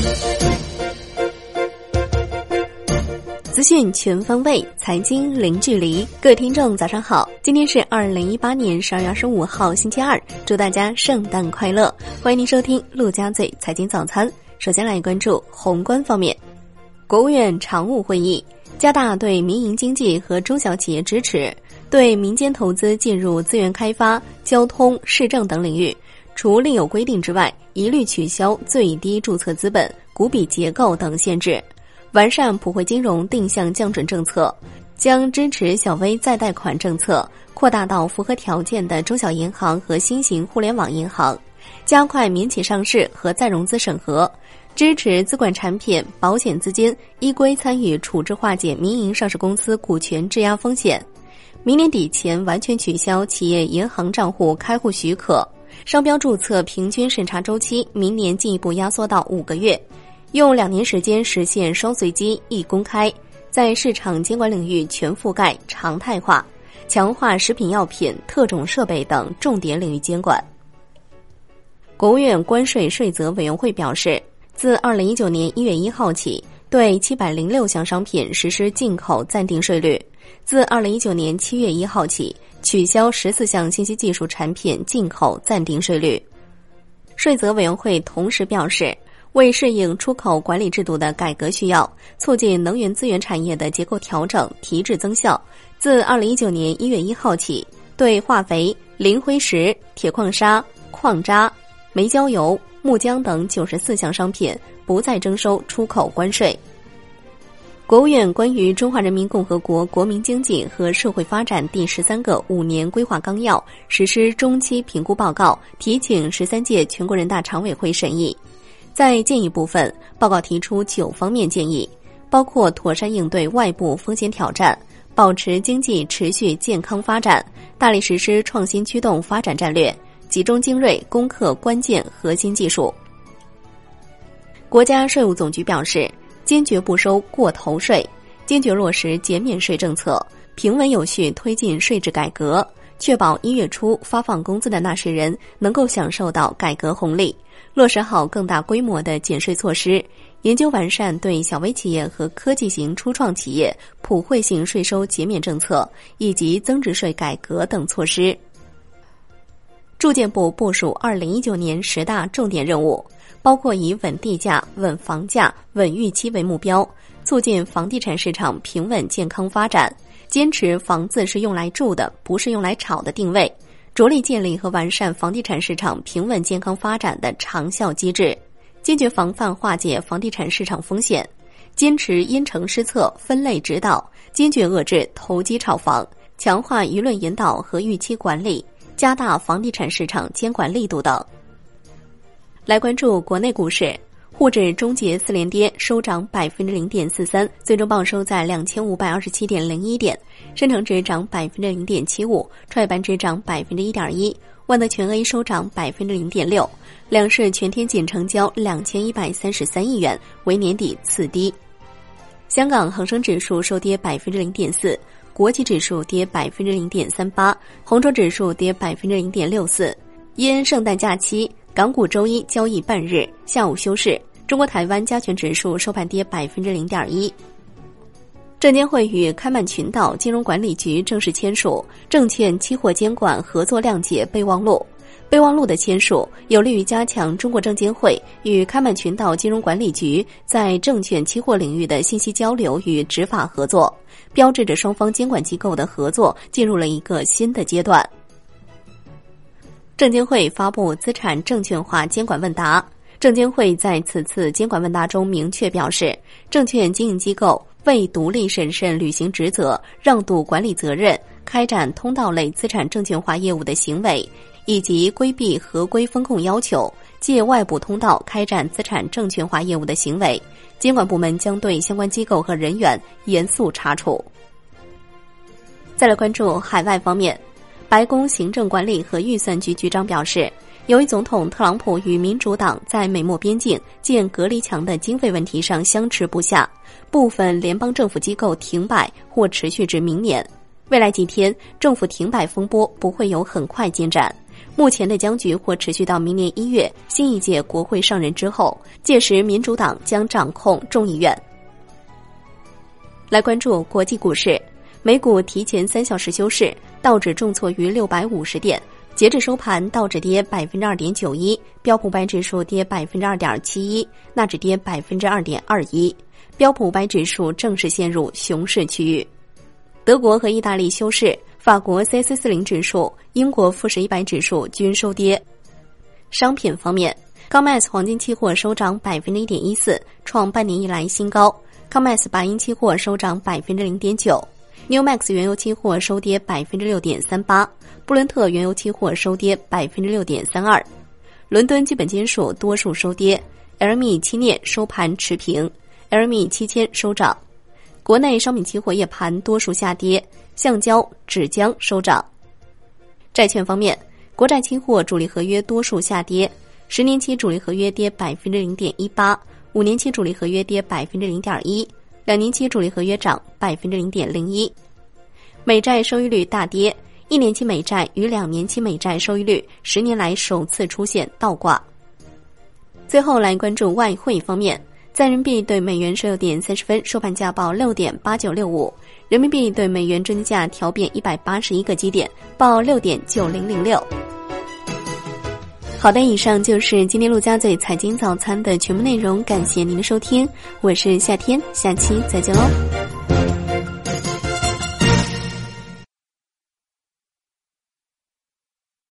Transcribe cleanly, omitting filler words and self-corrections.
资讯全方位，财经零距离。各位听众早上好，今天是2018年12月25号星期二，祝大家圣诞快乐。欢迎您收听陆家嘴财经早餐。首先来关注宏观方面。国务院常务会议加大对民营经济和中小企业支持，对民间投资进入资源开发、交通、市政等领域，除另有规定之外，一律取消最低注册资本、股比结构等限制。完善普惠金融定向降准政策，将支持小微再贷款政策扩大到符合条件的中小银行和新型互联网银行，加快民企上市和再融资审核，支持资管产品、保险资金依规参与处置化解民营上市公司股权质押风险。明年底前完全取消企业银行账户开户许可，商标注册平均审查周期明年进一步压缩到5个月。用2年时间实现双随机一公开，在市场监管领域全覆盖常态化，强化食品药品、特种设备等重点领域监管。国务院关税税则委员会表示，自2019年1月1号起，对706项商品实施进口暂定税率；自2019年7月1号起，取消14项信息技术产品进口暂定税率。税则委员会同时表示，为适应出口管理制度的改革需要，促进能源资源产业的结构调整提质增效，自2019年1月1号起，对化肥、磷灰石、铁矿砂、矿渣、煤焦油、木浆等94项商品不再征收出口关税。国务院关于中华人民共和国国民经济和社会发展第13个5年规划纲要实施中期评估报告提请13届全国人大常委会审议。在建议部分，报告提出9方面建议，包括妥善应对外部风险挑战，保持经济持续健康发展，大力实施创新驱动发展战略，集中精锐攻克关键核心技术。国家税务总局表示，坚决不收过头税，坚决落实减免税政策，平稳有序推进税制改革，确保1月初发放工资的纳税人能够享受到改革红利，落实好更大规模的减税措施，研究完善对小微企业和科技型初创企业普惠性税收减免政策以及增值税改革等措施。住建部部署2019年10大重点任务，包括以稳地价、稳房价、稳预期为目标，促进房地产市场平稳健康发展，坚持房子是用来住的，不是用来炒的定位，着力建立和完善房地产市场平稳健康发展的长效机制，坚决防范化解房地产市场风险，坚持因城施策、分类指导，坚决遏制投机炒房，强化舆论引导和预期管理，加大房地产市场监管力度等。来关注国内股市，沪指终结4连跌，收涨 0.43%， 最终报收在 2527.01 点，深成指涨 0.75%， 创业板指涨 1.1%， 万德全 A 收涨 0.6%， 两市全天仅成交2133亿元，为年底次低。香港恒生指数收跌 0.4%， 国际指数跌 0.38%， 红筹指数跌 0.64%。因圣诞假期，港股周一交易半日，下午休市。中国台湾加权指数收盘跌 0.1%。证监会与开曼群岛金融管理局正式签署证券期货监管合作谅解备忘录。备忘录的签署有利于加强中国证监会与开曼群岛金融管理局在证券期货领域的信息交流与执法合作，标志着双方监管机构的合作进入了一个新的阶段。证监会发布资产证券化监管问答。证监会在此次监管问答中明确表示，证券经营机构未独立审慎履行职责、让渡管理责任、开展通道类资产证券化业务的行为，以及规避合规风控要求，借外部通道开展资产证券化业务的行为，监管部门将对相关机构和人员严肃查处。再来关注海外方面，白宫行政管理和预算局局长表示，由于总统特朗普与民主党在美墨边境建隔离墙的经费问题上相持不下，部分联邦政府机构停摆或持续至明年。未来几天，政府停摆风波不会有很快进展。 目前的僵局或持续到明年1月新一届国会上任之后，届时民主党将掌控众议院。来关注国际股市，美股提前3小时休市，道指重挫逾650点，截至收盘，道指跌 2.91%， 标普500指数跌 2.71%， 纳指跌 2.21%， 标普500指数正式陷入熊市区域。德国和意大利休市，法国 CAC40 指数、英国富时100指数均收跌。商品方面， COMEX 黄金期货收涨 1.14%， 创半年以来新高。 COMEX 白银期货收涨 0.9%， NEWMAX 原油期货收跌 6.38%， 布伦特原油期货收跌 6.32%。 伦敦基本金属多数收跌， LME 期镍收盘持平， LME 期铅收涨。国内商品期货夜盘多数下跌，橡胶、纸浆收涨。债券方面，国债期货主力合约多数下跌，10年期主力合约跌 0.18%， 5年期主力合约跌 0.1%， 2年期主力合约涨 0.01%。 美债收益率大跌，1年期美债与2年期美债收益率10年来首次出现倒挂。最后来关注外汇方面，在人民币对美元16点30分收盘价报 6.8965， 人民币对美元中间价调变181个基点，报 6.9006。 好的，以上就是今天陆家嘴财经早餐的全部内容，感谢您的收听，我是夏天，下期再见喽。